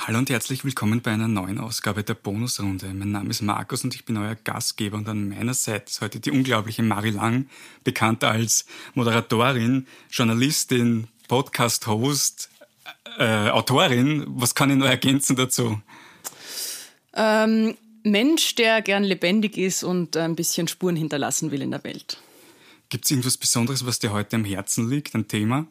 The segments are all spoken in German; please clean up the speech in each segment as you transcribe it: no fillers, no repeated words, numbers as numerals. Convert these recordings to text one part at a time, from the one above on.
Hallo und herzlich willkommen bei einer neuen Ausgabe der Bonusrunde. Mein Name ist Markus und ich bin euer Gastgeber und an meiner Seite ist heute die unglaubliche Mari Lang, bekannt als Moderatorin, Journalistin, Podcast-Host, Autorin. Was kann ich noch ergänzen dazu? Mensch, der gern lebendig ist und ein bisschen Spuren hinterlassen will in der Welt. Gibt es irgendwas Besonderes, was dir heute am Herzen liegt, ein Thema?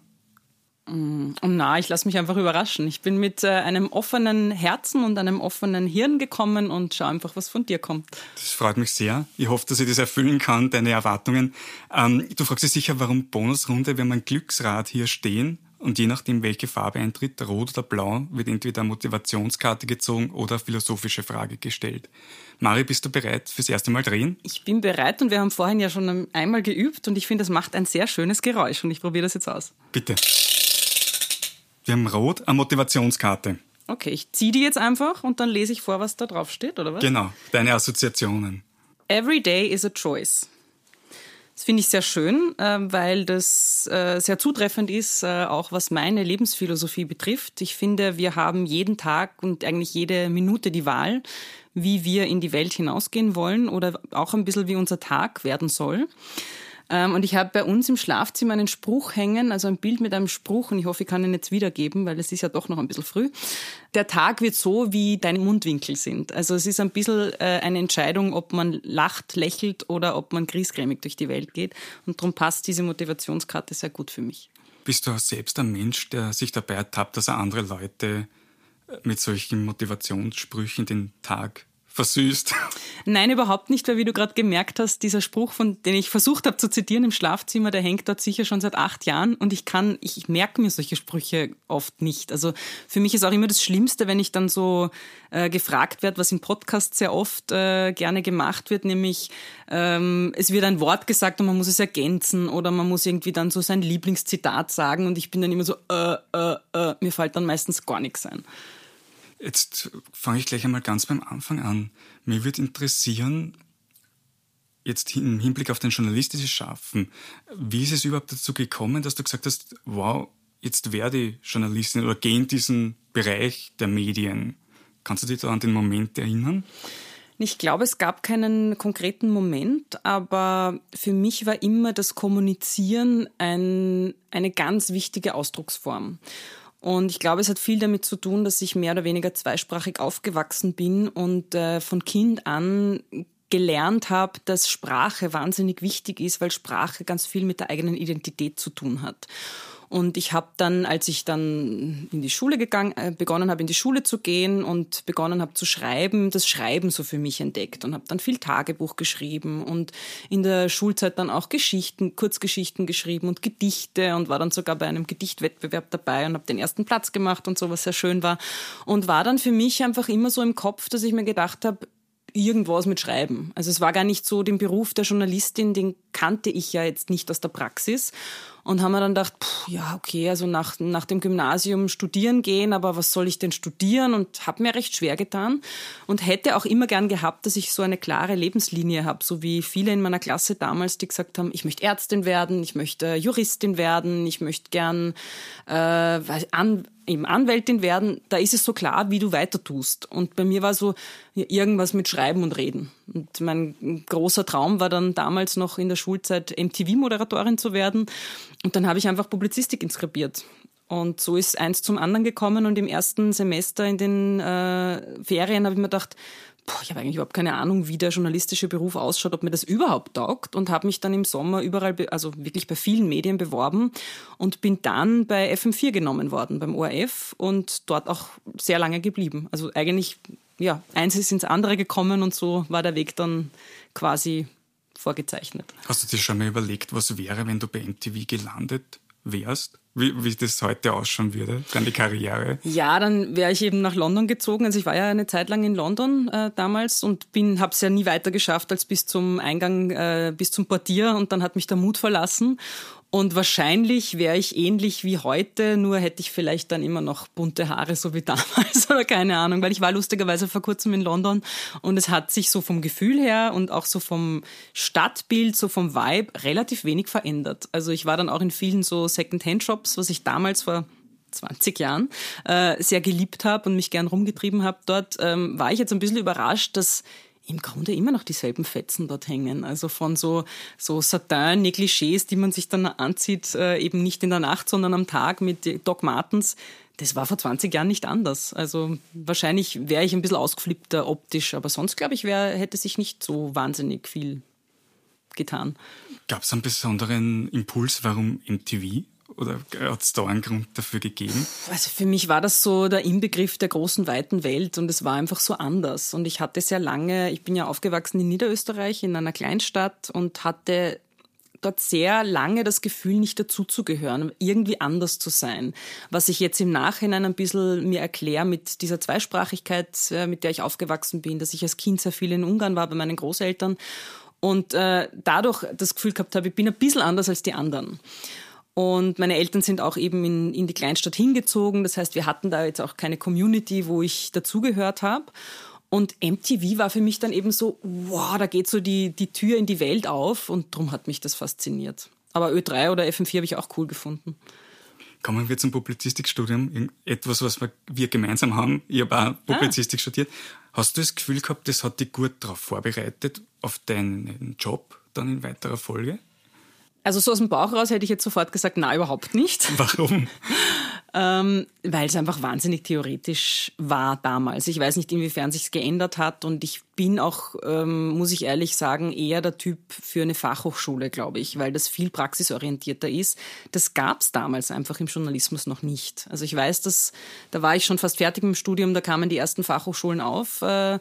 Ich lasse mich einfach überraschen. Ich bin mit einem offenen Herzen und einem offenen Hirn gekommen und schaue einfach, was von dir kommt. Das freut mich sehr. Ich hoffe, dass ich das erfüllen kann, deine Erwartungen. Du fragst dich sicher, warum Bonusrunde? Wir haben ein Glücksrad hier stehen und je nachdem, welche Farbe eintritt, rot oder blau, wird entweder eine Motivationskarte gezogen oder eine philosophische Frage gestellt. Mari, bist du bereit fürs erste Mal drehen? Ich bin bereit und wir haben vorhin ja schon einmal geübt und ich finde, das macht ein sehr schönes Geräusch und ich probiere das jetzt aus. Bitte. Wir haben rot, eine Motivationskarte. Okay, ich ziehe die jetzt einfach und dann lese ich vor, was da drauf steht, oder was? Genau, deine Assoziationen. Every day is a choice. Das finde ich sehr schön, weil das sehr zutreffend ist, auch was meine Lebensphilosophie betrifft. Ich finde, wir haben jeden Tag und eigentlich jede Minute die Wahl, wie wir in die Welt hinausgehen wollen oder auch ein bisschen wie unser Tag werden soll. Und ich habe bei uns im Schlafzimmer einen Spruch hängen, also ein Bild mit einem Spruch, und ich hoffe, ich kann ihn jetzt wiedergeben, weil es ist ja doch noch ein bisschen früh. Der Tag wird so, wie deine Mundwinkel sind. Also es ist ein bisschen eine Entscheidung, ob man lacht, lächelt oder ob man griesgrämig durch die Welt geht. Und darum passt diese Motivationskarte sehr gut für mich. Bist du selbst ein Mensch, der sich dabei ertappt, dass er andere Leute mit solchen Motivationssprüchen den Tag versüßt? Nein, überhaupt nicht, weil wie du gerade gemerkt hast, dieser Spruch, den ich versucht habe zu zitieren im Schlafzimmer, der hängt dort sicher schon seit 8 Jahren und ich merke mir solche Sprüche oft nicht. Also für mich ist auch immer das Schlimmste, wenn ich dann so gefragt werde, was in Podcasts sehr oft gerne gemacht wird, nämlich es wird ein Wort gesagt und man muss es ergänzen oder man muss irgendwie dann so sein Lieblingszitat sagen und ich bin dann immer so, mir fällt dann meistens gar nichts ein. Jetzt fange ich gleich einmal ganz beim Anfang an. Mir würde interessieren, jetzt im Hinblick auf dein journalistisches Schaffen, wie ist es überhaupt dazu gekommen, dass du gesagt hast, wow, jetzt werde ich Journalistin oder gehe in diesen Bereich der Medien? Kannst du dich da an den Moment erinnern? Ich glaube, es gab keinen konkreten Moment, aber für mich war immer das Kommunizieren eine ganz wichtige Ausdrucksform. Und ich glaube, es hat viel damit zu tun, dass ich mehr oder weniger zweisprachig aufgewachsen bin und von Kind an gelernt habe, dass Sprache wahnsinnig wichtig ist, weil Sprache ganz viel mit der eigenen Identität zu tun hat. Und ich habe dann, als ich dann in die Schule begonnen habe, in die Schule zu gehen und begonnen habe zu schreiben, das Schreiben so für mich entdeckt und habe dann viel Tagebuch geschrieben und in der Schulzeit dann auch Kurzgeschichten geschrieben und Gedichte und war dann sogar bei einem Gedichtwettbewerb dabei und habe den ersten Platz gemacht und so, was sehr schön war. Und war dann für mich einfach immer so im Kopf, dass ich mir gedacht habe, irgendwas mit Schreiben. Also es war gar nicht so, den Beruf der Journalistin, den kannte ich ja jetzt nicht aus der Praxis und haben mir dann gedacht, also nach dem Gymnasium studieren gehen, aber was soll ich denn studieren? Und habe mir recht schwer getan und hätte auch immer gern gehabt, dass ich so eine klare Lebenslinie habe, so wie viele in meiner Klasse damals, die gesagt haben, ich möchte Ärztin werden, ich möchte Juristin werden, ich möchte gern eben Anwältin werden, da ist es so klar, wie du weiter tust. Und bei mir war so irgendwas mit Schreiben und Reden. Und mein großer Traum war dann damals noch in der Schulzeit MTV-Moderatorin zu werden. Und dann habe ich einfach Publizistik inskribiert. Und so ist eins zum anderen gekommen. Und im ersten Semester in den Ferien habe ich mir gedacht, ich habe eigentlich überhaupt keine Ahnung, wie der journalistische Beruf ausschaut, ob mir das überhaupt taugt und habe mich dann im Sommer überall, also wirklich bei vielen Medien beworben und bin dann bei FM4 genommen worden, beim ORF und dort auch sehr lange geblieben. Also eigentlich, eins ist ins andere gekommen und so war der Weg dann quasi vorgezeichnet. Hast du dir schon mal überlegt, was wäre, wenn du bei MTV gelandet wärst? Wie das heute ausschauen würde, deine Karriere? Ja, dann wäre ich eben nach London gezogen. Also ich war ja eine Zeit lang in London damals und habe es ja nie weiter geschafft als bis zum Eingang, bis zum Portier und dann hat mich der Mut verlassen. Und wahrscheinlich wäre ich ähnlich wie heute, nur hätte ich vielleicht dann immer noch bunte Haare, so wie damals oder keine Ahnung, weil ich war lustigerweise vor kurzem in London und es hat sich so vom Gefühl her und auch so vom Stadtbild, so vom Vibe relativ wenig verändert. Also ich war dann auch in vielen so Second-Hand-Shops, was ich damals vor 20 Jahren sehr geliebt habe und mich gern rumgetrieben habe dort, war ich jetzt ein bisschen überrascht, dass im Grunde immer noch dieselben Fetzen dort hängen. Also von so Satin-Negligés, die man sich dann anzieht, eben nicht in der Nacht, sondern am Tag mit Doc Martens. Das war vor 20 Jahren nicht anders. Also wahrscheinlich wäre ich ein bisschen ausgeflippter optisch, aber sonst, glaube ich, hätte sich nicht so wahnsinnig viel getan. Gab es einen besonderen Impuls, warum MTV? Oder hat es da einen Grund dafür gegeben? Also für mich war das so der Inbegriff der großen, weiten Welt und es war einfach so anders. Und ich hatte sehr lange, ich bin ja aufgewachsen in Niederösterreich, in einer Kleinstadt und hatte dort sehr lange das Gefühl, nicht dazuzugehören, irgendwie anders zu sein. Was ich jetzt im Nachhinein ein bisschen mir erkläre mit dieser Zweisprachigkeit, mit der ich aufgewachsen bin, dass ich als Kind sehr viel in Ungarn war bei meinen Großeltern und dadurch das Gefühl gehabt habe, ich bin ein bisschen anders als die anderen. Und meine Eltern sind auch eben in die Kleinstadt hingezogen. Das heißt, wir hatten da jetzt auch keine Community, wo ich dazugehört habe. Und MTV war für mich dann eben so, wow, da geht so die Tür in die Welt auf. Und darum hat mich das fasziniert. Aber Ö3 oder FM4 habe ich auch cool gefunden. Kommen wir zum Publizistikstudium. Etwas, was wir gemeinsam haben. Ich habe auch Publizistik studiert. Hast du das Gefühl gehabt, das hat dich gut darauf vorbereitet, auf deinen Job dann in weiterer Folge? Also so aus dem Bauch raus hätte ich jetzt sofort gesagt, nein, überhaupt nicht. Warum? Weil es einfach wahnsinnig theoretisch war damals. Ich weiß nicht, inwiefern sich's geändert hat und ich bin auch, muss ich ehrlich sagen, eher der Typ für eine Fachhochschule, glaube ich, weil das viel praxisorientierter ist. Das gab's damals einfach im Journalismus noch nicht. Also ich weiß, da war ich schon fast fertig mit dem Studium, da kamen die ersten Fachhochschulen auf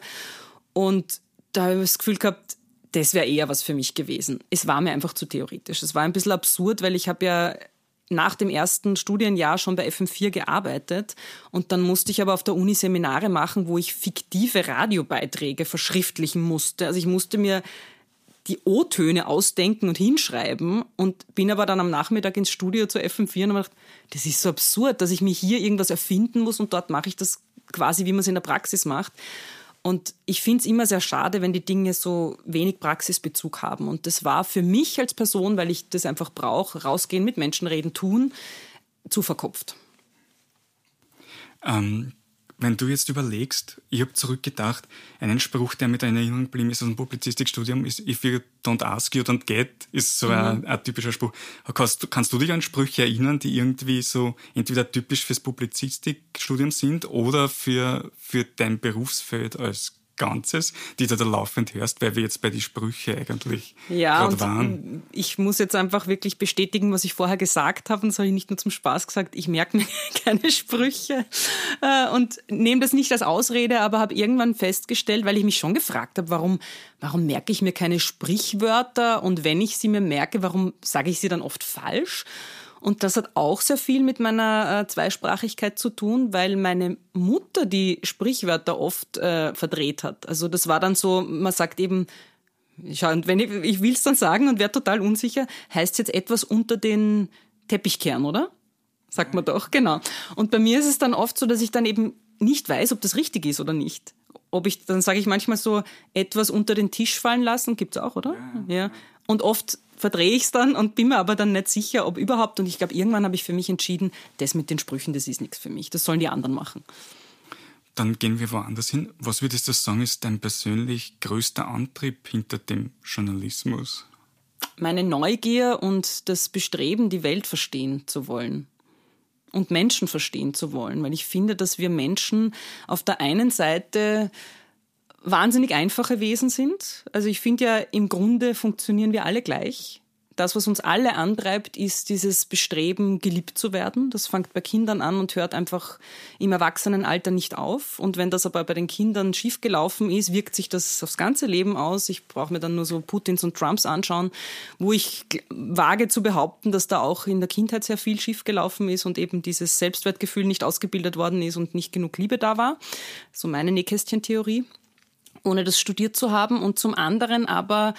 und da habe ich das Gefühl gehabt, das wäre eher was für mich gewesen. Es war mir einfach zu theoretisch. Es war ein bisschen absurd, weil ich habe ja nach dem ersten Studienjahr schon bei FM4 gearbeitet und dann musste ich aber auf der Uni Seminare machen, wo ich fiktive Radiobeiträge verschriftlichen musste. Also ich musste mir die O-Töne ausdenken und hinschreiben und bin aber dann am Nachmittag ins Studio zur FM4 und habe gedacht, das ist so absurd, dass ich mir hier irgendwas erfinden muss und dort mache ich das quasi, wie man es in der Praxis macht. Und ich finde es immer sehr schade, wenn die Dinge so wenig Praxisbezug haben. Und das war für mich als Person, weil ich das einfach brauche, rausgehen, mit Menschen reden, tun, zu verkopft. Wenn du jetzt überlegst, ich habe zurückgedacht, einen Spruch, der mir da in Erinnerung geblieben ist aus dem Publizistikstudium, ist "If you don't ask, you don't get", ist so ein typischer Spruch. Kannst du dich an Sprüche erinnern, die irgendwie so entweder typisch fürs Publizistikstudium sind oder für dein Berufsfeld als Ganzes, die du da laufend hörst, weil wir jetzt bei die Sprüche eigentlich gerade waren? Ich muss jetzt einfach wirklich bestätigen, was ich vorher gesagt habe, und das habe ich nicht nur zum Spaß gesagt, ich merke mir keine Sprüche und nehme das nicht als Ausrede, aber habe irgendwann festgestellt, weil ich mich schon gefragt habe, warum merke ich mir keine Sprichwörter und wenn ich sie mir merke, warum sage ich sie dann oft falsch? Und das hat auch sehr viel mit meiner Zweisprachigkeit zu tun, weil meine Mutter die Sprichwörter oft verdreht hat. Also das war dann so, man sagt eben, schau, und wenn ich will es dann sagen und werde total unsicher, heißt jetzt etwas unter den Teppichkern, oder? Sagt man doch, genau. Und bei mir ist es dann oft so, dass ich dann eben nicht weiß, ob das richtig ist oder nicht. Dann sage ich manchmal so, etwas unter den Tisch fallen lassen, gibt's auch, oder? Ja. Und oft verdrehe ich es dann und bin mir aber dann nicht sicher, ob überhaupt. Und ich glaube, irgendwann habe ich für mich entschieden, das mit den Sprüchen, das ist nichts für mich. Das sollen die anderen machen. Dann gehen wir woanders hin. Was würdest du sagen, ist dein persönlich größter Antrieb hinter dem Journalismus? Meine Neugier und das Bestreben, die Welt verstehen zu wollen. Und Menschen verstehen zu wollen. Weil ich finde, dass wir Menschen auf der einen Seite wahnsinnig einfache Wesen sind. Also ich finde ja, im Grunde funktionieren wir alle gleich. Das, was uns alle antreibt, ist dieses Bestreben, geliebt zu werden. Das fängt bei Kindern an und hört einfach im Erwachsenenalter nicht auf. Und wenn das aber bei den Kindern schiefgelaufen ist, wirkt sich das aufs ganze Leben aus. Ich brauche mir dann nur so Putins und Trumps anschauen, wo ich wage zu behaupten, dass da auch in der Kindheit sehr viel schiefgelaufen ist und eben dieses Selbstwertgefühl nicht ausgebildet worden ist und nicht genug Liebe da war. So meine Nähkästchen-Theorie, ohne das studiert zu haben. Und zum anderen aber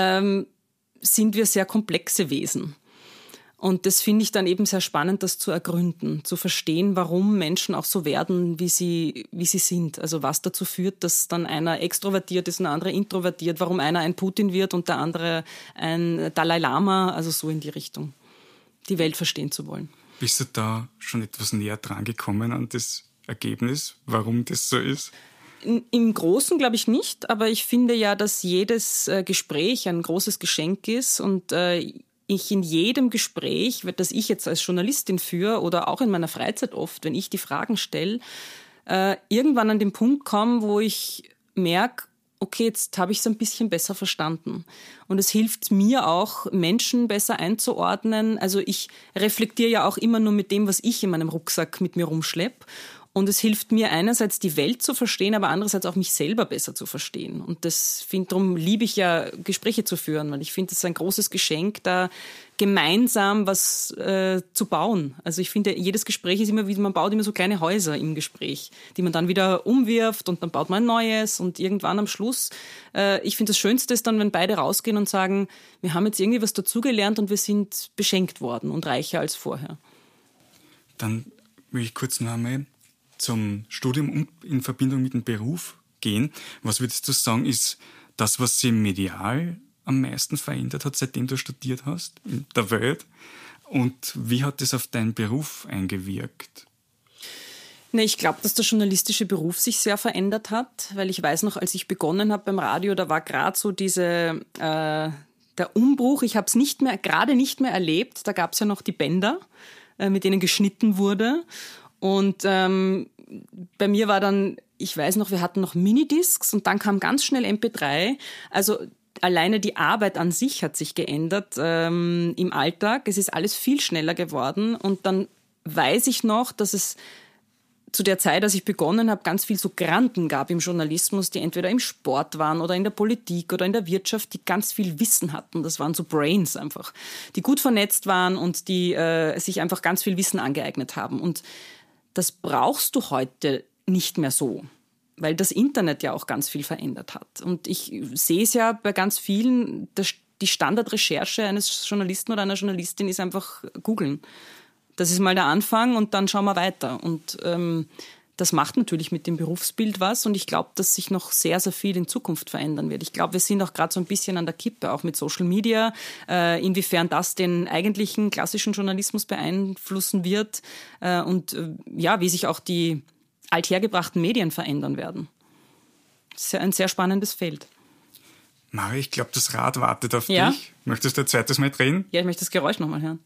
sind wir sehr komplexe Wesen. Und das finde ich dann eben sehr spannend, das zu ergründen, zu verstehen, warum Menschen auch so werden, wie sie sind. Also was dazu führt, dass dann einer extrovertiert ist und der andere introvertiert, warum einer ein Putin wird und der andere ein Dalai Lama, also so in die Richtung, die Welt verstehen zu wollen. Bist du da schon etwas näher dran gekommen an das Ergebnis, warum das so ist? Im Großen glaube ich nicht, aber ich finde ja, dass jedes Gespräch ein großes Geschenk ist und ich in jedem Gespräch, das ich jetzt als Journalistin führe oder auch in meiner Freizeit oft, wenn ich die Fragen stelle, irgendwann an den Punkt komme, wo ich merke, okay, jetzt habe ich es ein bisschen besser verstanden. Und es hilft mir auch, Menschen besser einzuordnen. Also ich reflektiere ja auch immer nur mit dem, was ich in meinem Rucksack mit mir rumschleppe. Und es hilft mir einerseits, die Welt zu verstehen, aber andererseits auch mich selber besser zu verstehen. Und darum liebe ich ja, Gespräche zu führen, weil ich finde, es ist ein großes Geschenk, da gemeinsam was zu bauen. Also ich finde, jedes Gespräch ist immer wie, man baut immer so kleine Häuser im Gespräch, die man dann wieder umwirft und dann baut man ein neues und irgendwann am Schluss, ich finde, das Schönste ist dann, wenn beide rausgehen und sagen, wir haben jetzt irgendwie was dazugelernt und wir sind beschenkt worden und reicher als vorher. Dann will ich kurz noch einmal zum Studium und in Verbindung mit dem Beruf gehen. Was würdest du sagen, ist das, was sich medial am meisten verändert hat, seitdem du studiert hast in der Welt? Und wie hat das auf deinen Beruf eingewirkt? Ich glaube, dass der journalistische Beruf sich sehr verändert hat, weil ich weiß noch, als ich begonnen habe beim Radio, da war gerade so der Umbruch. Ich habe es gerade nicht mehr erlebt. Da gab es ja noch die Bänder, mit denen geschnitten wurde. Und bei mir war dann, ich weiß noch, wir hatten noch Minidiscs und dann kam ganz schnell MP3. Also alleine die Arbeit an sich hat sich geändert im Alltag. Es ist alles viel schneller geworden. Und dann weiß ich noch, dass es zu der Zeit, als ich begonnen habe, ganz viel so Granden gab im Journalismus, die entweder im Sport waren oder in der Politik oder in der Wirtschaft, die ganz viel Wissen hatten. Das waren so Brains einfach, die gut vernetzt waren und die sich einfach ganz viel Wissen angeeignet haben. Und das brauchst du heute nicht mehr so, weil das Internet ja auch ganz viel verändert hat. Und ich sehe es ja bei ganz vielen, die Standardrecherche eines Journalisten oder einer Journalistin ist einfach googeln. Das ist mal der Anfang und dann schauen wir weiter. Und das macht natürlich mit dem Berufsbild was und ich glaube, dass sich noch sehr, sehr viel in Zukunft verändern wird. Ich glaube, wir sind auch gerade so ein bisschen an der Kippe, auch mit Social Media, inwiefern das den eigentlichen klassischen Journalismus beeinflussen wird wie sich auch die althergebrachten Medien verändern werden. Das ist ja ein sehr spannendes Feld. Mari, ich glaube, das Rad wartet auf dich. Möchtest du ein zweites Mal drehen? Ja, ich möchte das Geräusch nochmal hören.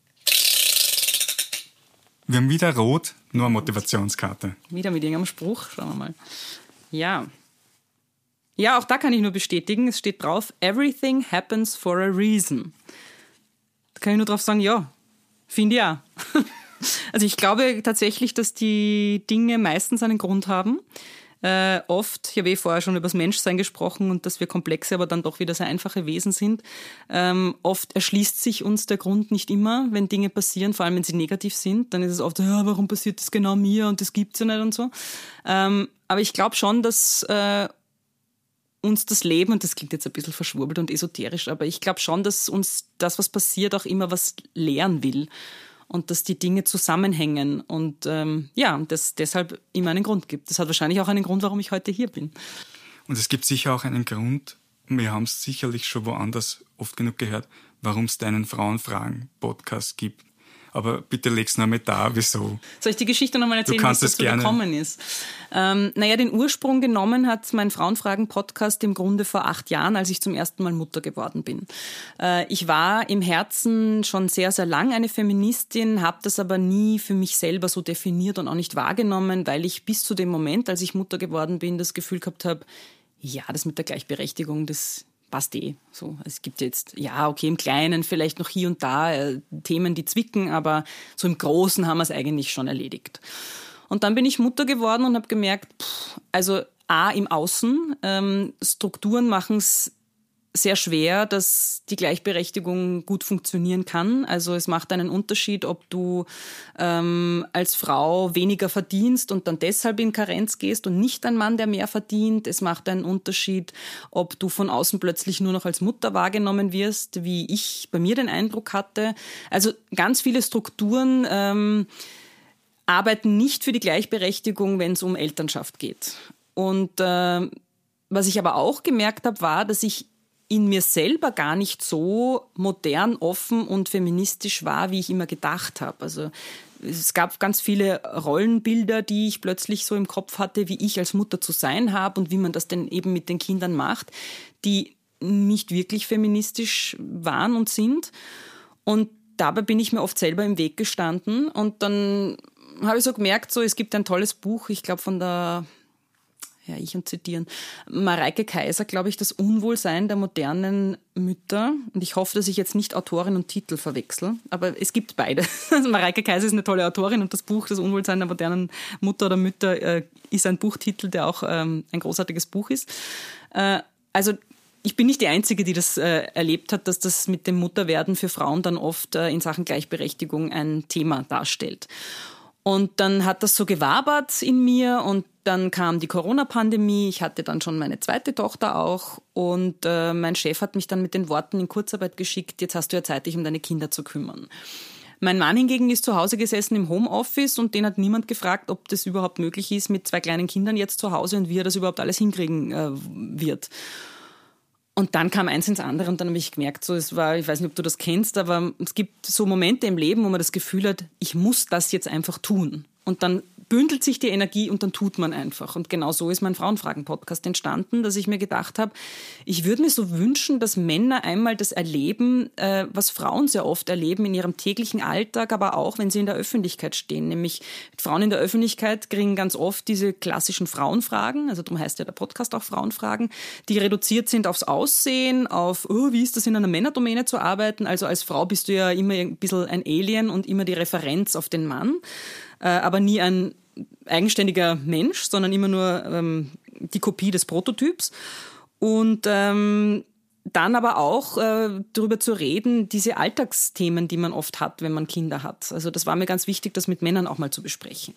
Wir haben wieder rot, nur eine Motivationskarte. Wieder mit irgendeinem Spruch, schauen wir mal. Ja. Ja, auch da kann ich nur bestätigen, es steht drauf, everything happens for a reason. Da kann ich nur drauf sagen, ja, finde ich auch. Also ich glaube tatsächlich, dass die Dinge meistens einen Grund haben. Oft, ich habe vorher schon über das Menschsein gesprochen und dass wir komplexe, aber dann doch wieder sehr einfache Wesen sind. Oft erschließt sich uns der Grund nicht immer, wenn Dinge passieren, vor allem wenn sie negativ sind. Dann ist es oft, warum passiert das genau mir und das gibt's ja nicht und so. Aber ich glaube schon, dass uns das Leben, und das klingt jetzt ein bisschen verschwurbelt und esoterisch, aber ich glaube schon, dass uns das, was passiert, auch immer was lehren will. Und dass die Dinge zusammenhängen und das deshalb immer einen Grund gibt. Das hat wahrscheinlich auch einen Grund, warum ich heute hier bin. Und es gibt sicher auch einen Grund, wir haben es sicherlich schon woanders oft genug gehört, warum es deinen Frauenfragen-Podcast gibt. Aber bitte leg's noch mal da, wieso? Soll ich die Geschichte noch mal erzählen, wie es dazu gekommen ist? Den Ursprung genommen hat mein Frauenfragen-Podcast im Grunde vor 8 Jahren, als ich zum ersten Mal Mutter geworden bin. Ich war im Herzen schon sehr, sehr lang eine Feministin, habe das aber nie für mich selber so definiert und auch nicht wahrgenommen, weil ich bis zu dem Moment, als ich Mutter geworden bin, das Gefühl gehabt habe, ja, das mit der Gleichberechtigung, das passt eh. So, es gibt jetzt, im Kleinen vielleicht noch hier und da Themen, die zwicken, aber so im Großen haben wir es eigentlich schon erledigt. Und dann bin ich Mutter geworden und habe gemerkt, im Außen, Strukturen machen es sehr schwer, dass die Gleichberechtigung gut funktionieren kann. Also es macht einen Unterschied, ob du als Frau weniger verdienst und dann deshalb in Karenz gehst und nicht ein Mann, der mehr verdient. Es macht einen Unterschied, ob du von außen plötzlich nur noch als Mutter wahrgenommen wirst, wie ich bei mir den Eindruck hatte. Also ganz viele Strukturen arbeiten nicht für die Gleichberechtigung, wenn es um Elternschaft geht. Und was ich aber auch gemerkt habe, war, dass ich in mir selber gar nicht so modern, offen und feministisch war, wie ich immer gedacht habe. Also es gab ganz viele Rollenbilder, die ich plötzlich so im Kopf hatte, wie ich als Mutter zu sein habe und wie man das denn eben mit den Kindern macht, die nicht wirklich feministisch waren und sind. Und dabei bin ich mir oft selber im Weg gestanden. Und dann habe ich so gemerkt, so, es gibt ein tolles Buch, ich glaube von der, ja, ich und zitieren, Mareike Kaiser, glaube ich, das Unwohlsein der modernen Mütter. Und ich hoffe, dass ich jetzt nicht Autorin und Titel verwechsel, aber es gibt beide. Also Mareike Kaiser ist eine tolle Autorin und das Buch, das Unwohlsein der modernen Mutter oder Mütter, ist ein Buchtitel, der auch ein großartiges Buch ist. Also ich bin nicht die Einzige, die das erlebt hat, dass das mit dem Mutterwerden für Frauen dann oft in Sachen Gleichberechtigung ein Thema darstellt. Und dann hat das so gewabert in mir und dann kam die Corona-Pandemie. Ich hatte dann schon meine zweite Tochter auch und mein Chef hat mich dann mit den Worten in Kurzarbeit geschickt, jetzt hast du ja Zeit, dich um deine Kinder zu kümmern. Mein Mann hingegen ist zu Hause gesessen im Homeoffice und den hat niemand gefragt, ob das überhaupt möglich ist mit 2 kleinen Kindern jetzt zu Hause und wie er das überhaupt alles hinkriegen wird. Und dann kam eins ins andere und dann habe ich gemerkt, so, es war, ich weiß nicht, ob du das kennst, aber es gibt so Momente im Leben, wo man das Gefühl hat, ich muss das jetzt einfach tun. Und dann bündelt sich die Energie und dann tut man einfach. Und genau so ist mein Frauenfragen-Podcast entstanden, dass ich mir gedacht habe, ich würde mir so wünschen, dass Männer einmal das erleben, was Frauen sehr oft erleben in ihrem täglichen Alltag, aber auch, wenn sie in der Öffentlichkeit stehen. Nämlich Frauen in der Öffentlichkeit kriegen ganz oft diese klassischen Frauenfragen, also darum heißt ja der Podcast auch Frauenfragen, die reduziert sind aufs Aussehen, auf, oh, wie ist das in einer Männerdomäne zu arbeiten? Also als Frau bist du ja immer ein bisschen ein Alien und immer die Referenz auf den Mann, aber nie ein eigenständiger Mensch, sondern immer nur die Kopie des Prototyps. Und dann aber auch darüber zu reden, diese Alltagsthemen, die man oft hat, wenn man Kinder hat. Also das war mir ganz wichtig, das mit Männern auch mal zu besprechen.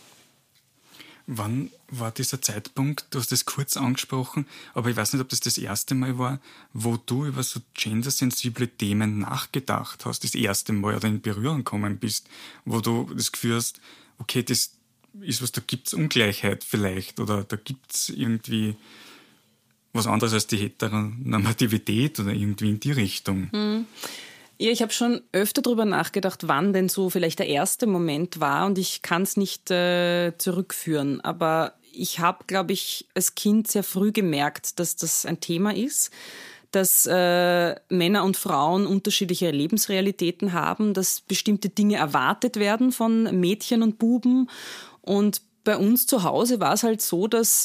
Wann war dieser Zeitpunkt, du hast das kurz angesprochen, aber ich weiß nicht, ob das erste Mal war, wo du über so gendersensible Themen nachgedacht hast, das erste Mal oder in Berührung gekommen bist, wo du das Gefühl hast, okay, das ist was, da gibt's Ungleichheit vielleicht oder da gibt's irgendwie was anderes als die Heteronormativität oder irgendwie in die Richtung. Ja, ich habe schon öfter darüber nachgedacht, wann denn so vielleicht der erste Moment war und ich kann es nicht zurückführen. Aber ich habe, glaube ich, als Kind sehr früh gemerkt, dass das ein Thema ist, dass Männer und Frauen unterschiedliche Lebensrealitäten haben, dass bestimmte Dinge erwartet werden von Mädchen und Buben. Und bei uns zu Hause war es halt so, dass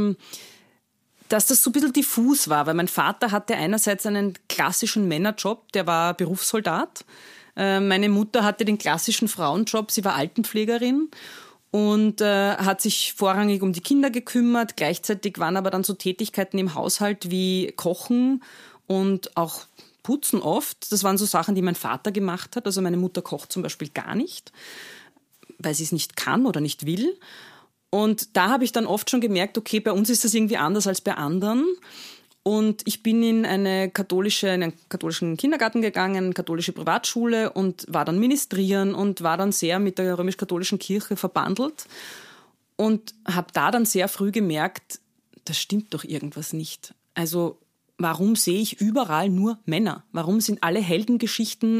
das so ein bisschen diffus war, weil mein Vater hatte einerseits einen klassischen Männerjob, der war Berufssoldat. Meine Mutter hatte den klassischen Frauenjob, sie war Altenpflegerin und hat sich vorrangig um die Kinder gekümmert. Gleichzeitig waren aber dann so Tätigkeiten im Haushalt wie Kochen und auch Putzen oft. Das waren so Sachen, die mein Vater gemacht hat. Also meine Mutter kocht zum Beispiel gar nicht, weil sie es nicht kann oder nicht will. Und da habe ich dann oft schon gemerkt, okay, bei uns ist das irgendwie anders als bei anderen. Und ich bin in einen katholischen Kindergarten gegangen, eine katholische Privatschule und war dann ministrieren und war dann sehr mit der römisch-katholischen Kirche verbandelt und habe da dann sehr früh gemerkt, das stimmt doch irgendwas nicht. Also warum sehe ich überall nur Männer? Warum sind alle Heldengeschichten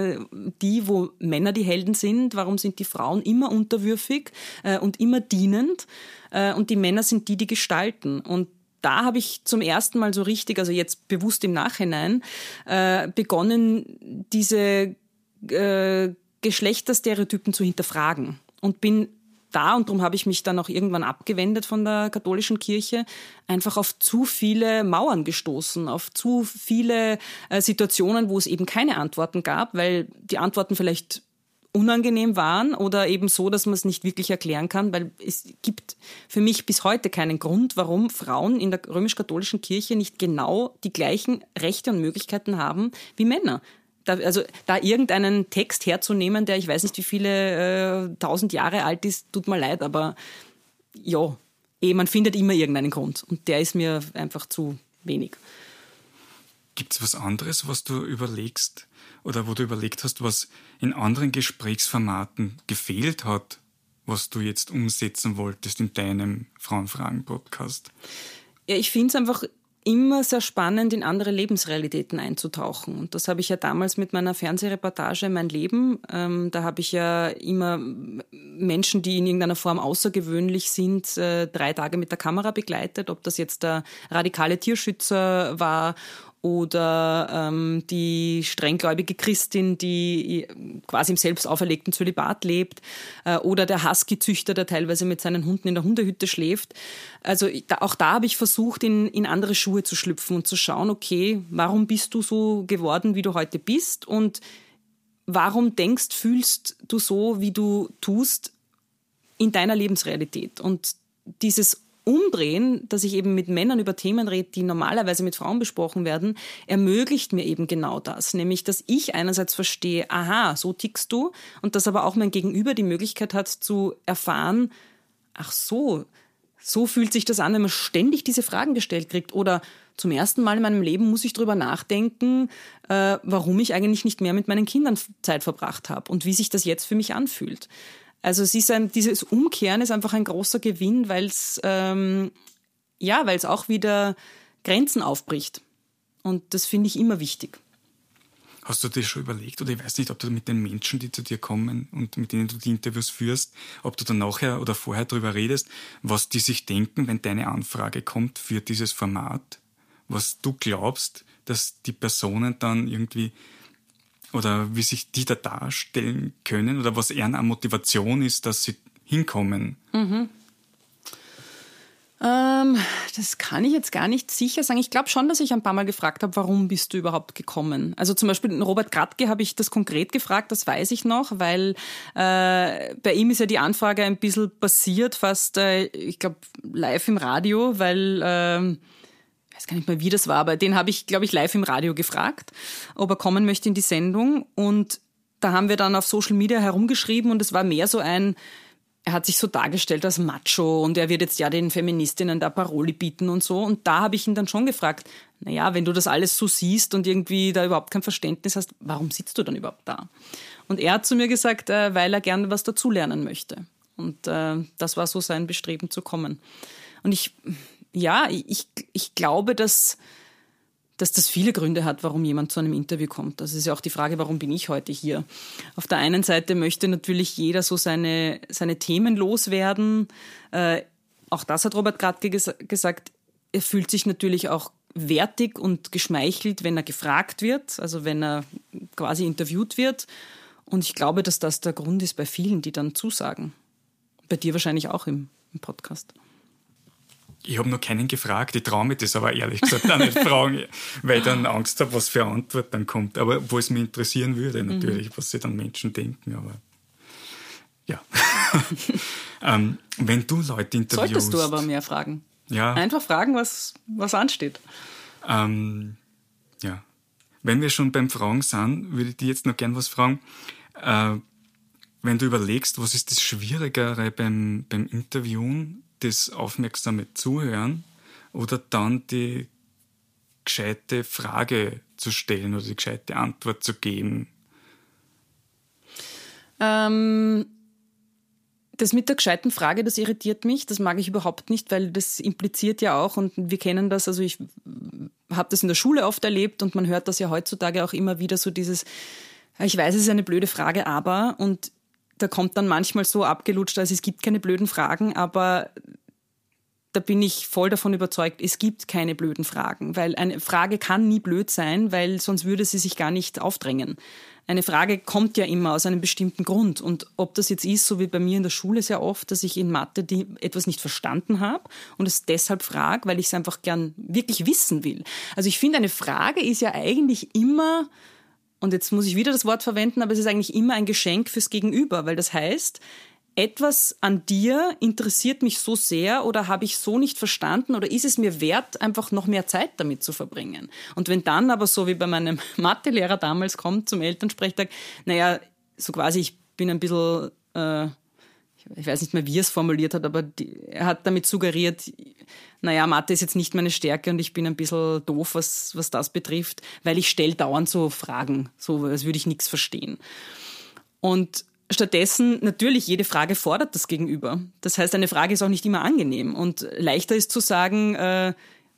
wo Männer die Helden sind? Warum sind die Frauen immer unterwürfig und immer dienend? Und die Männer sind die gestalten. Und da habe ich zum ersten Mal so richtig, also jetzt bewusst im Nachhinein, begonnen, diese Geschlechterstereotypen zu hinterfragen. Und bin da, und darum habe ich mich dann auch irgendwann abgewendet von der katholischen Kirche, einfach auf zu viele Mauern gestoßen, auf zu viele Situationen, wo es eben keine Antworten gab, weil die Antworten vielleicht unangenehm waren oder eben so, dass man es nicht wirklich erklären kann, weil es gibt für mich bis heute keinen Grund, warum Frauen in der römisch-katholischen Kirche nicht genau die gleichen Rechte und Möglichkeiten haben wie Männer. Da irgendeinen Text herzunehmen, der ich weiß nicht wie viele 1000 Jahre alt ist, tut mir leid, aber ja, man findet immer irgendeinen Grund und der ist mir einfach zu wenig. Gibt es was anderes, was du überlegst oder wo du überlegt hast, was in anderen Gesprächsformaten gefehlt hat, was du jetzt umsetzen wolltest in deinem Frauenfragen-Podcast? Ja, ich finde es einfach immer sehr spannend, in andere Lebensrealitäten einzutauchen. Und das habe ich ja damals mit meiner Fernsehreportage Mein Leben. Da habe ich ja immer Menschen, die in irgendeiner Form außergewöhnlich sind, 3 Tage mit der Kamera begleitet. Ob das jetzt der radikale Tierschützer war oder die strenggläubige Christin, die quasi im selbst auferlegten Zölibat lebt, oder der Husky-Züchter, der teilweise mit seinen Hunden in der Hundehütte schläft. Also auch da habe ich versucht, in andere Schuhe zu schlüpfen und zu schauen, okay, warum bist du so geworden, wie du heute bist, und warum denkst, fühlst du so, wie du tust, in deiner Lebensrealität. Und dieses Umdrehen, dass ich eben mit Männern über Themen rede, die normalerweise mit Frauen besprochen werden, ermöglicht mir eben genau das. Nämlich, dass ich einerseits verstehe, aha, so tickst du, und dass aber auch mein Gegenüber die Möglichkeit hat zu erfahren, ach so fühlt sich das an, wenn man ständig diese Fragen gestellt kriegt. Oder zum ersten Mal in meinem Leben muss ich darüber nachdenken, warum ich eigentlich nicht mehr mit meinen Kindern Zeit verbracht habe und wie sich das jetzt für mich anfühlt. Also es ist dieses Umkehren ist einfach ein großer Gewinn, weil es auch wieder Grenzen aufbricht. Und das finde ich immer wichtig. Hast du dir schon überlegt, oder ich weiß nicht, ob du mit den Menschen, die zu dir kommen und mit denen du die Interviews führst, ob du dann nachher oder vorher darüber redest, was die sich denken, wenn deine Anfrage kommt für dieses Format? Was du glaubst, dass die Personen dann irgendwie, oder wie sich die da darstellen können, oder was eher eine Motivation ist, dass sie hinkommen? Das kann ich jetzt gar nicht sicher sagen. Ich glaube schon, dass ich ein paar Mal gefragt habe, warum bist du überhaupt gekommen? Also zum Beispiel den Robert Gradke habe ich das konkret gefragt, das weiß ich noch, weil bei ihm ist ja die Anfrage ein bisschen passiert, fast, ich glaube, live im Radio, weil ich weiß gar nicht mehr, wie das war, aber den habe ich, glaube ich, live im Radio gefragt, ob er kommen möchte in die Sendung. Und da haben wir dann auf Social Media herumgeschrieben und es war mehr so er hat sich so dargestellt als Macho und er wird jetzt ja den Feministinnen da Paroli bieten und so. Und da habe ich ihn dann schon gefragt, naja, wenn du das alles so siehst und irgendwie da überhaupt kein Verständnis hast, warum sitzt du dann überhaupt da? Und er hat zu mir gesagt, weil er gerne was dazulernen möchte. Und das war so sein Bestreben zu kommen. Und ich glaube, dass das viele Gründe hat, warum jemand zu einem Interview kommt. Das ist ja auch die Frage, warum bin ich heute hier? Auf der einen Seite möchte natürlich jeder so seine Themen loswerden. Auch das hat Robert Gradke gesagt. Er fühlt sich natürlich auch wertig und geschmeichelt, wenn er gefragt wird, also wenn er quasi interviewt wird. Und ich glaube, dass das der Grund ist bei vielen, die dann zusagen. Bei dir wahrscheinlich auch im Podcast. Ich habe noch keinen gefragt, ich traue mich das aber ehrlich gesagt auch nicht fragen, weil ich dann Angst habe, was für eine Antwort dann kommt. Aber wo es mich interessieren würde natürlich, was sich dann Menschen denken, aber ja. Wenn du Leute interviewst... Solltest du aber mehr fragen. Ja. Einfach fragen, was ansteht. Ja. Wenn wir schon beim Fragen sind, würde ich dir jetzt noch gern was fragen. Wenn du überlegst, was ist das Schwierigere beim Interviewen, das aufmerksame Zuhören oder dann die gescheite Frage zu stellen oder die gescheite Antwort zu geben? Das mit der gescheiten Frage, das irritiert mich, das mag ich überhaupt nicht, weil das impliziert ja auch, und wir kennen das, also ich habe das in der Schule oft erlebt und man hört das ja heutzutage auch immer wieder, so dieses, ich weiß, es ist eine blöde Frage, aber, und da kommt dann manchmal so abgelutscht, also es gibt keine blöden Fragen, aber da bin ich voll davon überzeugt, es gibt keine blöden Fragen, weil eine Frage kann nie blöd sein, weil sonst würde sie sich gar nicht aufdrängen. Eine Frage kommt ja immer aus einem bestimmten Grund, und ob das jetzt ist, so wie bei mir in der Schule sehr oft, dass ich in Mathe etwas nicht verstanden habe und es deshalb frage, weil ich es einfach gern wirklich wissen will. Also ich finde, eine Frage ist ja eigentlich immer, und jetzt muss ich wieder das Wort verwenden, aber es ist eigentlich immer ein Geschenk fürs Gegenüber, weil das heißt, etwas an dir interessiert mich so sehr oder habe ich so nicht verstanden oder ist es mir wert, einfach noch mehr Zeit damit zu verbringen? Und wenn dann aber so wie bei meinem Mathelehrer damals kommt zum Elternsprechtag, naja, so quasi, ich bin ein bisschen, ich weiß nicht mehr, wie er es formuliert hat, aber er hat damit suggeriert, naja, Mathe ist jetzt nicht meine Stärke und ich bin ein bisschen doof, was das betrifft, weil ich stelle dauernd so Fragen, so als würde ich nichts verstehen. Und stattdessen, natürlich, jede Frage fordert das Gegenüber. Das heißt, eine Frage ist auch nicht immer angenehm. Und leichter ist zu sagen,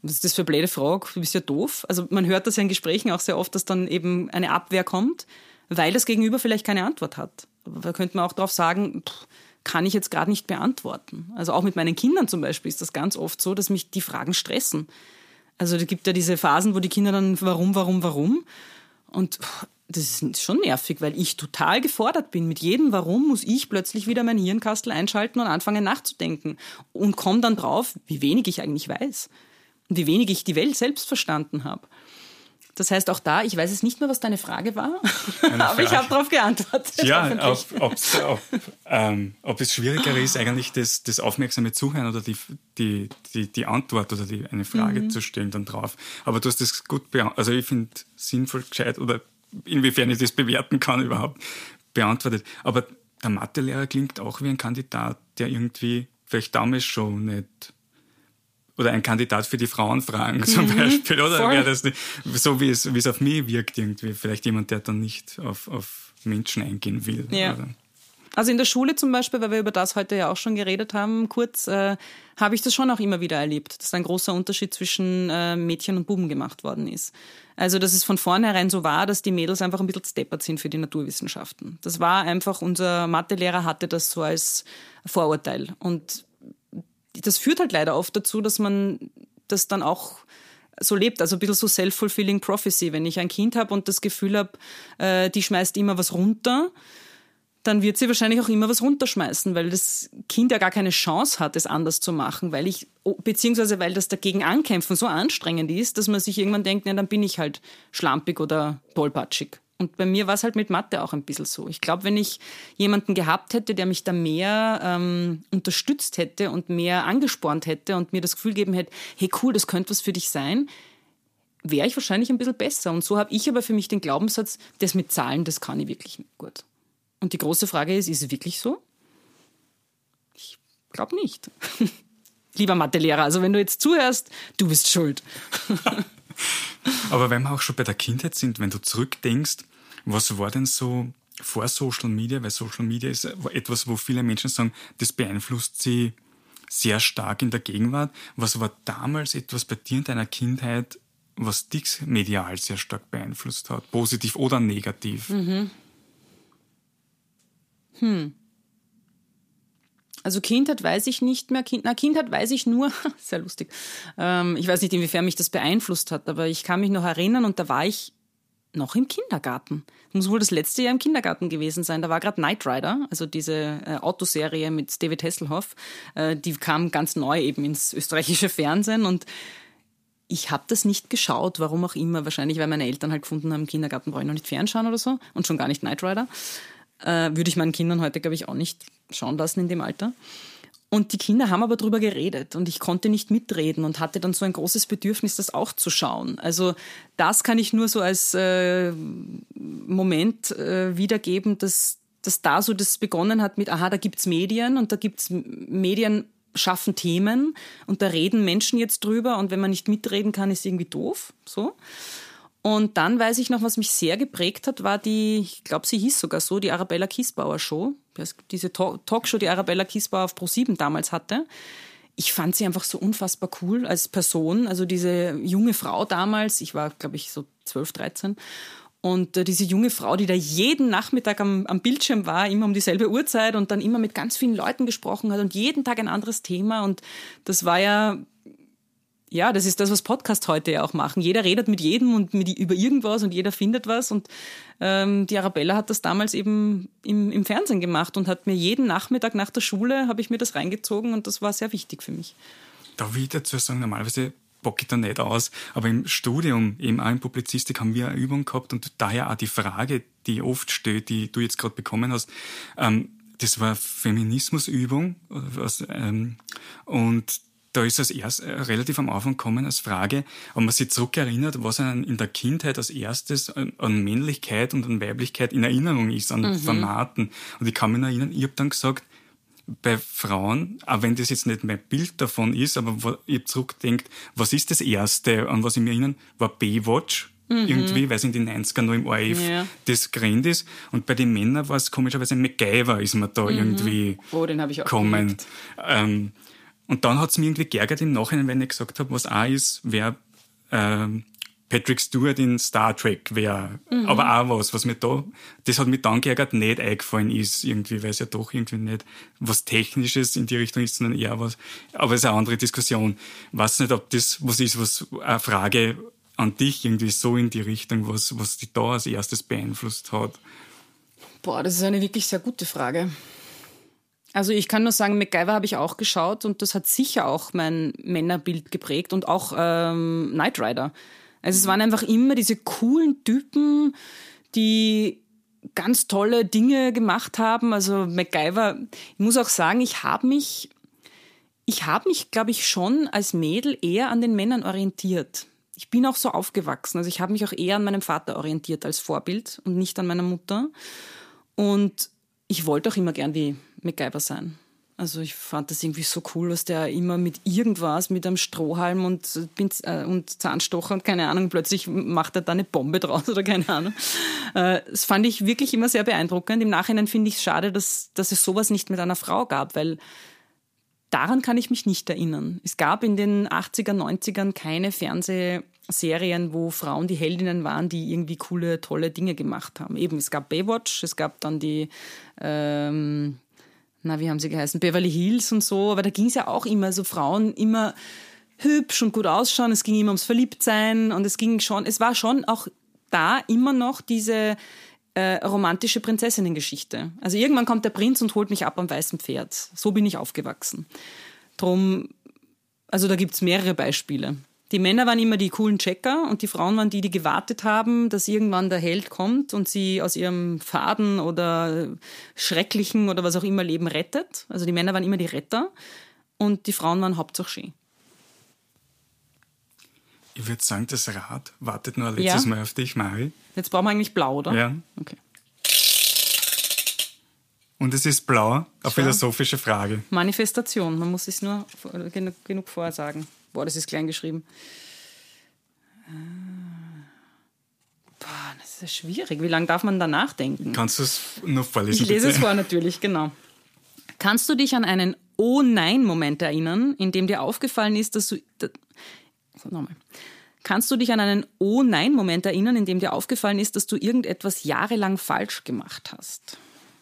Was ist das für eine blöde Frage? Du bist ja doof. Also man hört das ja in Gesprächen auch sehr oft, dass dann eben eine Abwehr kommt, weil das Gegenüber vielleicht keine Antwort hat. Aber da könnte man auch darauf sagen, kann ich jetzt gerade nicht beantworten. Also auch mit meinen Kindern zum Beispiel ist das ganz oft so, dass mich die Fragen stressen. Also es gibt ja diese Phasen, wo die Kinder dann warum? Und das ist schon nervig, weil ich total gefordert bin. Mit jedem Warum muss ich plötzlich wieder mein Hirnkastel einschalten und anfangen nachzudenken. Und komme dann drauf, wie wenig ich eigentlich weiß. Und wie wenig ich die Welt selbst verstanden habe. Das heißt auch da, ich weiß jetzt nicht mehr, was deine Frage war, aber ich habe darauf geantwortet. Ja, ob es schwieriger ist, eigentlich das aufmerksame Zuhören oder die Antwort oder eine Frage zu stellen dann drauf. Aber du hast das gut also ich finde sinnvoll, gescheit oder inwiefern ich das bewerten kann überhaupt, beantwortet. Aber der Mathelehrer klingt auch wie ein Kandidat, der irgendwie vielleicht damals schon nicht... Oder ein Kandidat für die Frauenfragen zum Beispiel, oder? Wäre das nicht, so wie es auf mich wirkt irgendwie. Vielleicht jemand, der dann nicht auf Menschen eingehen will. Ja. Oder? Also in der Schule zum Beispiel, weil wir über das heute ja auch schon geredet haben, kurz, habe ich das schon auch immer wieder erlebt, dass ein großer Unterschied zwischen Mädchen und Buben gemacht worden ist. Also dass es von vornherein so war, dass die Mädels einfach ein bisschen steppert sind für die Naturwissenschaften. Das war einfach, unser Mathelehrer hatte das so als Vorurteil. Und das führt halt leider oft dazu, dass man das dann auch so lebt, also ein bisschen so self-fulfilling prophecy. Wenn ich ein Kind habe und das Gefühl habe, die schmeißt immer was runter, dann wird sie wahrscheinlich auch immer was runterschmeißen, weil das Kind ja gar keine Chance hat, es anders zu machen, beziehungsweise weil das dagegen ankämpfen so anstrengend ist, dass man sich irgendwann denkt, na, dann bin ich halt schlampig oder tollpatschig. Und bei mir war es halt mit Mathe auch ein bisschen so. Ich glaube, wenn ich jemanden gehabt hätte, der mich da mehr unterstützt hätte und mehr angespornt hätte und mir das Gefühl gegeben hätte, hey cool, das könnte was für dich sein, wäre ich wahrscheinlich ein bisschen besser. Und so habe ich aber für mich den Glaubenssatz, das mit Zahlen, das kann ich wirklich nicht gut. Und die große Frage ist es wirklich so? Ich glaube nicht. Lieber Mathelehrer, also wenn du jetzt zuhörst, du bist schuld. Aber wenn wir auch schon bei der Kindheit sind, wenn du zurückdenkst, was war denn so vor Social Media? Weil Social Media ist etwas, wo viele Menschen sagen, das beeinflusst sie sehr stark in der Gegenwart. Was war damals etwas bei dir in deiner Kindheit, was dich medial sehr stark beeinflusst hat? Positiv oder negativ? Also Kindheit weiß ich nicht mehr. Kindheit weiß ich nur, sehr lustig. Ich weiß nicht, inwiefern mich das beeinflusst hat, aber ich kann mich noch erinnern und da war ich noch im Kindergarten. Das muss wohl das letzte Jahr im Kindergarten gewesen sein. Da war gerade Knight Rider, also diese Autoserie mit David Hasselhoff. Die kam ganz neu eben ins österreichische Fernsehen und ich habe das nicht geschaut, warum auch immer. Wahrscheinlich, weil meine Eltern halt gefunden haben, im Kindergarten brauche ich noch nicht fernschauen oder so und schon gar nicht Knight Rider. Würde ich meinen Kindern heute, glaube ich, auch nicht schauen lassen in dem Alter. Und die Kinder haben aber drüber geredet und ich konnte nicht mitreden und hatte dann so ein großes Bedürfnis, das auch zu schauen. Also das kann ich nur so als Moment wiedergeben, dass da so das begonnen hat mit, da gibt's Medien und da gibt's Medien schaffen Themen und da reden Menschen jetzt drüber und wenn man nicht mitreden kann, ist irgendwie doof, so. Und dann weiß ich noch, was mich sehr geprägt hat, war ich glaube, sie hieß sogar so, die Arabella Kiesbauer Show. Diese Talkshow, die Arabella Kiesbauer auf Pro7 damals hatte. Ich fand sie einfach so unfassbar cool als Person. Also diese junge Frau damals, ich war, glaube ich, so 12, 13. Und diese junge Frau, die da jeden Nachmittag am Bildschirm war, immer um dieselbe Uhrzeit und dann immer mit ganz vielen Leuten gesprochen hat und jeden Tag ein anderes Thema. Und das war ja, das ist das, was Podcasts heute ja auch machen. Jeder redet mit jedem und über irgendwas und jeder findet was. Und die Arabella hat das damals eben im Fernsehen gemacht und hat mir jeden Nachmittag nach der Schule, habe ich mir das reingezogen und das war sehr wichtig für mich. Da will ich dazu sagen, normalerweise bocke ich da nicht aus, aber im Studium, eben auch in Publizistik, haben wir eine Übung gehabt und daher auch die Frage, die ich oft stelle, die du jetzt gerade bekommen hast, das war Feminismusübung und da ist es erst relativ am Anfang gekommen als Frage, ob man sich zurückerinnert, was einem in der Kindheit als erstes an Männlichkeit und an Weiblichkeit in Erinnerung ist, an Formaten. Und ich kann mich noch erinnern, ich habe dann gesagt, bei Frauen, auch wenn das jetzt nicht mein Bild davon ist, aber ich habe zurückgedacht, was ist das Erste, an was ich mich erinnere, war Baywatch. Irgendwie, weil es in den 90ern noch im ORF das gerannt ist. Und bei den Männern war es komischerweise MacGyver, ist mir da irgendwie den habe ich auch gekommen. Und dann hat es mich irgendwie geärgert im Nachhinein, wenn ich gesagt habe, was auch ist, wer Patrick Stewart in Star Trek wäre. Aber auch was mir da, das hat mich dann geärgert, nicht eingefallen ist irgendwie, weil es ja doch irgendwie nicht was Technisches in die Richtung ist, sondern eher was, aber es ist eine andere Diskussion. Ich weiß nicht, ob das was ist, was eine Frage an dich irgendwie so in die Richtung, was dich da als erstes beeinflusst hat. Boah, das ist eine wirklich sehr gute Frage. Also ich kann nur sagen, MacGyver habe ich auch geschaut und das hat sicher auch mein Männerbild geprägt und auch Knight Rider. Also es waren einfach immer diese coolen Typen, die ganz tolle Dinge gemacht haben. Also MacGyver, ich muss auch sagen, ich habe mich, glaube ich, schon als Mädel eher an den Männern orientiert. Ich bin auch so aufgewachsen. Also ich habe mich auch eher an meinem Vater orientiert als Vorbild und nicht an meiner Mutter. Und ich wollte auch immer gern wie MacGyver sein. Also ich fand das irgendwie so cool, was der immer mit irgendwas, mit einem Strohhalm und Zahnstocher und keine Ahnung, plötzlich macht er da eine Bombe draus oder keine Ahnung. Das fand ich wirklich immer sehr beeindruckend. Im Nachhinein finde ich es schade, dass es sowas nicht mit einer Frau gab, weil daran kann ich mich nicht erinnern. Es gab in den 80er, 90ern keine Fernsehserien, wo Frauen die Heldinnen waren, die irgendwie coole, tolle Dinge gemacht haben. Eben, es gab Baywatch, es gab dann die wie haben sie geheißen? Beverly Hills und so, aber da ging es ja auch immer, so Frauen immer hübsch und gut ausschauen, es ging immer ums Verliebtsein und es war schon auch da immer noch diese romantische Prinzessinnengeschichte. Also irgendwann kommt der Prinz und holt mich ab am weißen Pferd. So bin ich aufgewachsen. Drum, also da gibt's mehrere Beispiele. Die Männer waren immer die coolen Checker und die Frauen waren die gewartet haben, dass irgendwann der Held kommt und sie aus ihrem faden oder schrecklichen oder was auch immer Leben rettet. Also die Männer waren immer die Retter und die Frauen waren Hauptsache schön. Ich würde sagen, das Rad wartet nur ein letztes Mal auf dich, Mari. Jetzt brauchen wir eigentlich blau, oder? Ja. Okay. Und es ist blau, eine philosophische Frage. Manifestation, man muss es nur genug vorher sagen. Boah, das ist klein geschrieben. Boah, das ist ja schwierig. Wie lange darf man da nachdenken? Kannst du es noch vorlesen? Ich lese bitte? es vor, natürlich, genau. Kannst du dich an einen Oh-Nein-Moment erinnern, in dem dir aufgefallen ist, dass du... Nochmal. Kannst du dich an einen Oh-Nein-Moment erinnern, in dem dir aufgefallen ist, dass du irgendetwas jahrelang falsch gemacht hast?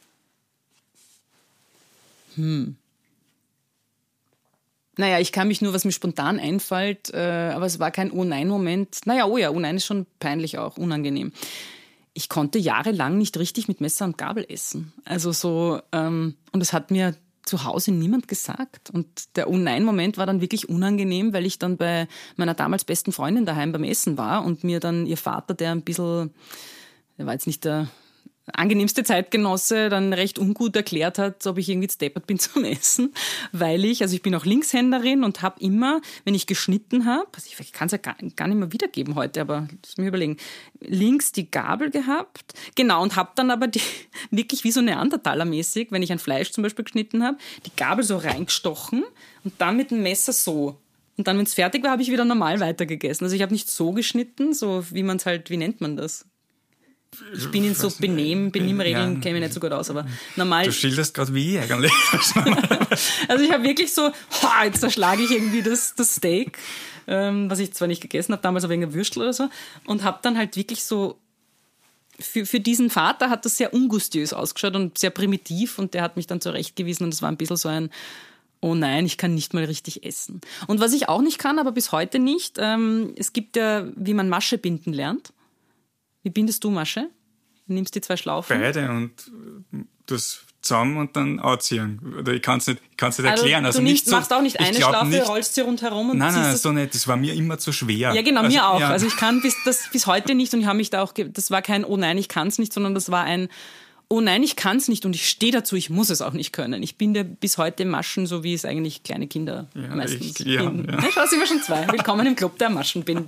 Naja, ich kann mich nur, was mir spontan einfällt, aber es war kein Oh-Nein-Moment. Naja, Oh-Nein ist schon peinlich auch, unangenehm. Ich konnte jahrelang nicht richtig mit Messer und Gabel essen. Also so, und das hat mir zu Hause niemand gesagt. Und der Oh-Nein-Moment war dann wirklich unangenehm, weil ich dann bei meiner damals besten Freundin daheim beim Essen war und mir dann ihr Vater, der war jetzt nicht der angenehmste Zeitgenosse, dann recht ungut erklärt hat, ob ich irgendwie deppert bin zum Essen, weil ich bin auch Linkshänderin und habe immer, wenn ich geschnitten habe, also ich kann es ja gar nicht mehr wiedergeben heute, aber lass mich überlegen, links die Gabel gehabt, genau, und habe dann aber wirklich wie so Neandertaler-mäßig, wenn ich ein Fleisch zum Beispiel geschnitten habe, die Gabel so reingestochen und dann mit dem Messer so. Und dann, wenn es fertig war, habe ich wieder normal weitergegessen. Also ich habe nicht so geschnitten, so wie man es halt, wie nennt man das? Ich bin in so Benimmregeln, kenne ich nicht so gut aus, aber normal... Du schilderst gerade wie eigentlich. Also ich habe wirklich so, jetzt erschlage ich irgendwie das Steak, was ich zwar nicht gegessen habe, damals aber wegen Würstel oder so, und habe dann halt wirklich so, für diesen Vater hat das sehr ungustiös ausgeschaut und sehr primitiv und der hat mich dann zurechtgewiesen und es war ein bisschen so ein, oh nein, ich kann nicht mal richtig essen. Und was ich auch nicht kann, aber bis heute nicht, es gibt ja, wie man Masche binden lernt. Wie bindest du Masche? Du nimmst die 2 Schlaufen. Beide und das zusammen und dann anziehen. Oder ich kann es nicht erklären. Also du machst auch nicht eine Schlaufe, rollst sie rundherum und ziehst Nein, so nicht. Das war mir immer zu schwer. Ja, genau, mir auch. Ja. Also ich kann bis heute nicht und ich habe mich da auch, das war kein Oh nein, ich kann es nicht, sondern das war ein Oh nein, ich kann es nicht und ich stehe dazu, ich muss es auch nicht können. Ich binde bis heute Maschen, so wie es eigentlich kleine Kinder meistens binden. Ja. Schau, sind wir schon 2. Willkommen im Club der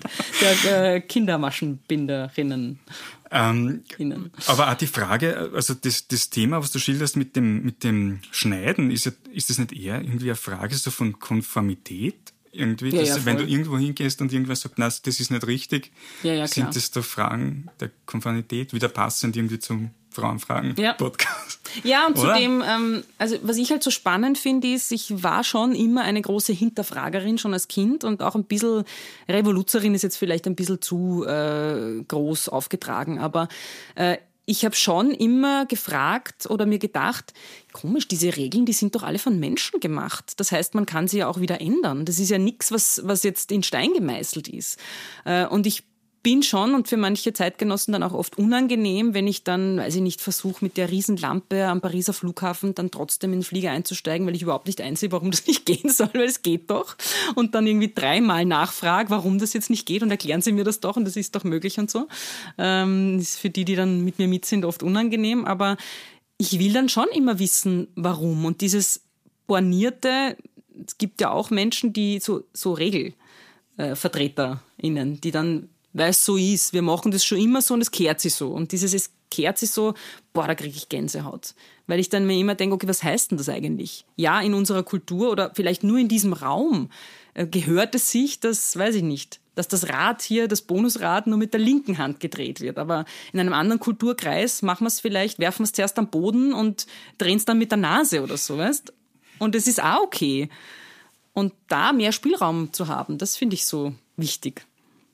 Kindermaschenbinderinnen. Aber auch die Frage, also das Thema, was du schilderst mit dem Schneiden, ist das nicht eher irgendwie eine Frage so von Konformität? Irgendwie, wenn du irgendwo hingehst und irgendwer sagt, das ist nicht richtig, sind das da Fragen der Konformität, wieder passend irgendwie zum Frauenfragen-Podcast. Ja, und Oder? zudem, also was ich halt so spannend finde, ist, ich war schon immer eine große Hinterfragerin, schon als Kind, und auch ein bisschen Revoluzerin ist jetzt vielleicht ein bisschen zu groß aufgetragen, aber ich habe schon immer gefragt oder mir gedacht, komisch, diese Regeln, die sind doch alle von Menschen gemacht. Das heißt, man kann sie ja auch wieder ändern. Das ist ja nichts, was jetzt in Stein gemeißelt ist. Und ich bin schon, und für manche Zeitgenossen dann auch oft unangenehm, wenn ich dann, weiß ich nicht, versuche mit der Riesenlampe am Pariser Flughafen dann trotzdem in den Flieger einzusteigen, weil ich überhaupt nicht einsehe, warum das nicht gehen soll, weil es geht doch. Und dann irgendwie 3-mal nachfrage, warum das jetzt nicht geht, und erklären sie mir das doch und das ist doch möglich und so. Ist für die dann mit mir mit sind, oft unangenehm, aber ich will dann schon immer wissen, warum. Und dieses Bornierte, es gibt ja auch Menschen, die so RegelvertreterInnen, die dann, weil es so ist, wir machen das schon immer so und es kehrt sich so. Und dieses es kehrt sich so, boah, da kriege ich Gänsehaut. Weil ich dann mir immer denke, okay, was heißt denn das eigentlich? Ja, in unserer Kultur oder vielleicht nur in diesem Raum gehört es sich, dass, weiß ich nicht, dass das Rad hier, das Bonusrad, nur mit der linken Hand gedreht wird. Aber in einem anderen Kulturkreis machen wir es vielleicht, werfen wir es zuerst am Boden und drehen es dann mit der Nase oder so, weißt? Und es ist auch okay. Und da mehr Spielraum zu haben, das finde ich so wichtig.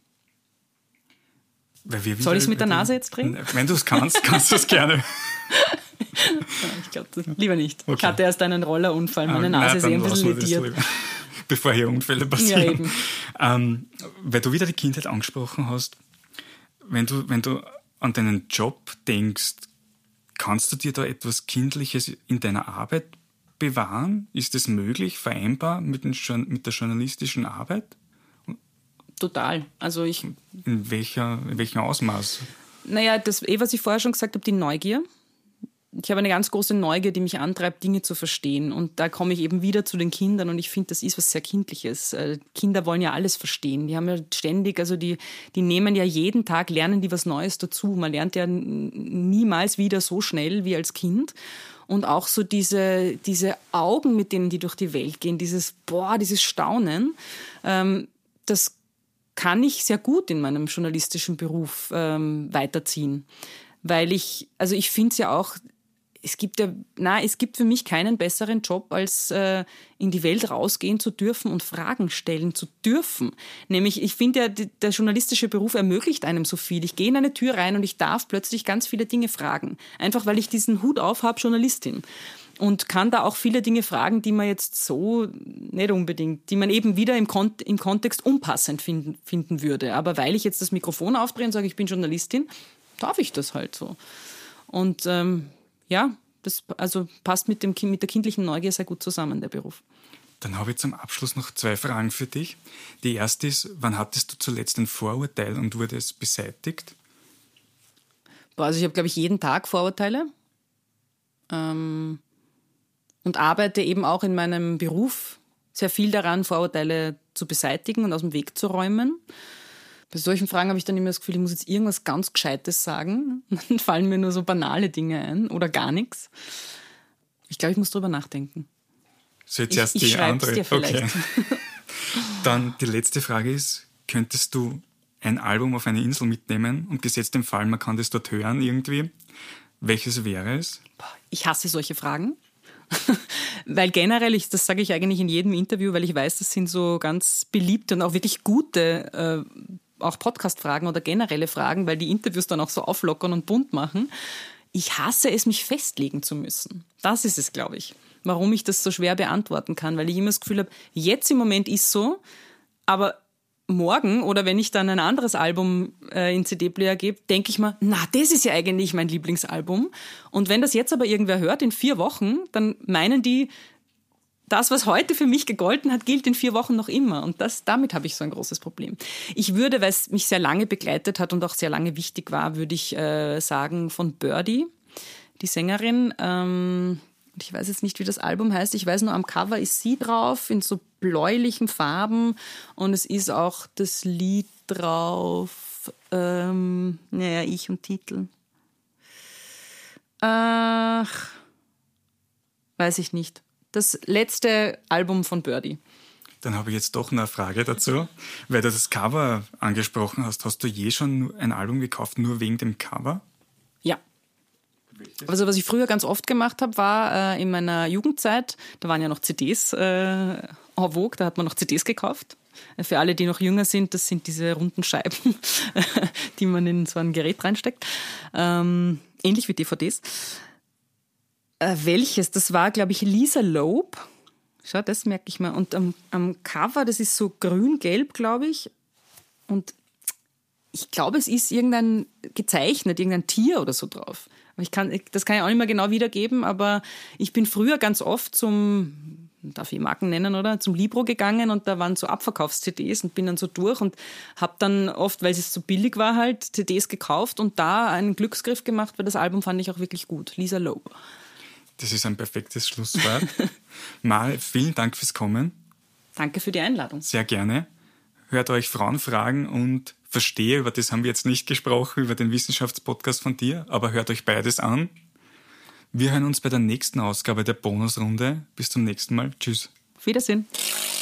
Soll ich es mit der Nase jetzt drehen? Wenn du es kannst du es gerne. Ich glaube, lieber nicht. Okay. Ich hatte erst einen Rollerunfall, meine Nase ist ein bisschen lediert. Bevor hier Unfälle passieren. Ja, eben. Weil du wieder die Kindheit angesprochen hast, wenn du an deinen Job denkst, kannst du dir da etwas Kindliches in deiner Arbeit bewahren? Ist das möglich, vereinbar mit der journalistischen Arbeit? Total. Also in welchem Ausmaß? Naja, das was ich vorher schon gesagt habe, die Neugier. Ich habe eine ganz große Neugier, die mich antreibt, Dinge zu verstehen. Und da komme ich eben wieder zu den Kindern, und ich finde, das ist was sehr Kindliches. Kinder wollen ja alles verstehen. Die haben ja ständig, also die nehmen ja jeden Tag, lernen die was Neues dazu. Man lernt ja niemals wieder so schnell wie als Kind. Und auch so diese Augen, mit denen die durch die Welt gehen, dieses Staunen, das kann ich sehr gut in meinem journalistischen Beruf weiterziehen. Weil ich finde es ja auch, es gibt für mich keinen besseren Job, als in die Welt rausgehen zu dürfen und Fragen stellen zu dürfen. Nämlich, ich finde ja, der journalistische Beruf ermöglicht einem so viel. Ich gehe in eine Tür rein und ich darf plötzlich ganz viele Dinge fragen. Einfach, weil ich diesen Hut auf habe, Journalistin. Und kann da auch viele Dinge fragen, die man jetzt so nicht unbedingt, die man eben wieder im Kontext unpassend finden würde. Aber weil ich jetzt das Mikrofon aufdrehe und sage, ich bin Journalistin, darf ich das halt so. Und das passt mit der kindlichen Neugier sehr gut zusammen, der Beruf. Dann habe ich zum Abschluss noch 2 Fragen für dich. Die erste ist, wann hattest du zuletzt ein Vorurteil und wurde es beseitigt? Also ich habe, glaube ich, jeden Tag Vorurteile. Und arbeite eben auch in meinem Beruf sehr viel daran, Vorurteile zu beseitigen und aus dem Weg zu räumen. Bei solchen Fragen habe ich dann immer das Gefühl, ich muss jetzt irgendwas ganz Gescheites sagen. Dann fallen mir nur so banale Dinge ein oder gar nichts. Ich glaube, ich muss drüber nachdenken. So, jetzt erst die andere. Dir vielleicht. Okay. Dann die letzte Frage ist, könntest du ein Album auf eine Insel mitnehmen und gesetzt im Fall, man kann das dort hören irgendwie? Welches wäre es? Ich hasse solche Fragen. Weil generell, das sage ich eigentlich in jedem Interview, weil ich weiß, das sind so ganz beliebte und auch wirklich gute auch Podcast-Fragen oder generelle Fragen, weil die Interviews dann auch so auflockern und bunt machen. Ich hasse es, mich festlegen zu müssen. Das ist es, glaube ich, warum ich das so schwer beantworten kann, weil ich immer das Gefühl habe, jetzt im Moment ist so, aber morgen oder wenn ich dann ein anderes Album in CD-Player gebe, denke ich mir, das ist ja eigentlich mein Lieblingsalbum. Und wenn das jetzt aber irgendwer hört in 4 Wochen, dann meinen die, das, was heute für mich gegolten hat, gilt in 4 Wochen noch immer. Und damit habe ich so ein großes Problem. Ich würde, weil es mich sehr lange begleitet hat und auch sehr lange wichtig war, würde ich sagen, von Birdie, die Sängerin. Ich weiß jetzt nicht, wie das Album heißt. Ich weiß nur, am Cover ist sie drauf, in so bläulichen Farben. Und es ist auch das Lied drauf. Ich und Titel. Weiß ich nicht. Das letzte Album von Birdie. Dann habe ich jetzt doch noch eine Frage dazu. Weil du das Cover angesprochen hast, hast du je schon ein Album gekauft, nur wegen dem Cover? Ja. Also was ich früher ganz oft gemacht habe, war in meiner Jugendzeit, da waren ja noch CDs en vogue, da hat man noch CDs gekauft. Für alle, die noch jünger sind, das sind diese runden Scheiben, die man in so ein Gerät reinsteckt. Ähnlich wie DVDs. Welches? Das war, glaube ich, Lisa Loeb. Schau, das merke ich mal. Und am Cover, das ist so grün-gelb, glaube ich. Und ich glaube, es ist irgendein Tier oder so drauf. Das kann ich auch nicht mehr genau wiedergeben, aber ich bin früher ganz oft darf ich Marken nennen, oder? Zum Libro gegangen und da waren so Abverkaufs-CDs und bin dann so durch und habe dann oft, weil es so billig war halt, CDs gekauft und da einen Glücksgriff gemacht, weil das Album fand ich auch wirklich gut. Lisa Loeb. Das ist ein perfektes Schlusswort. Mal, vielen Dank fürs Kommen. Danke für die Einladung. Sehr gerne. Hört euch Frauenfragen und Verstehe, über das haben wir jetzt nicht gesprochen, über den Wissenschaftspodcast von dir, aber hört euch beides an. Wir hören uns bei der nächsten Ausgabe der Bonusrunde. Bis zum nächsten Mal. Tschüss. Auf Wiedersehen.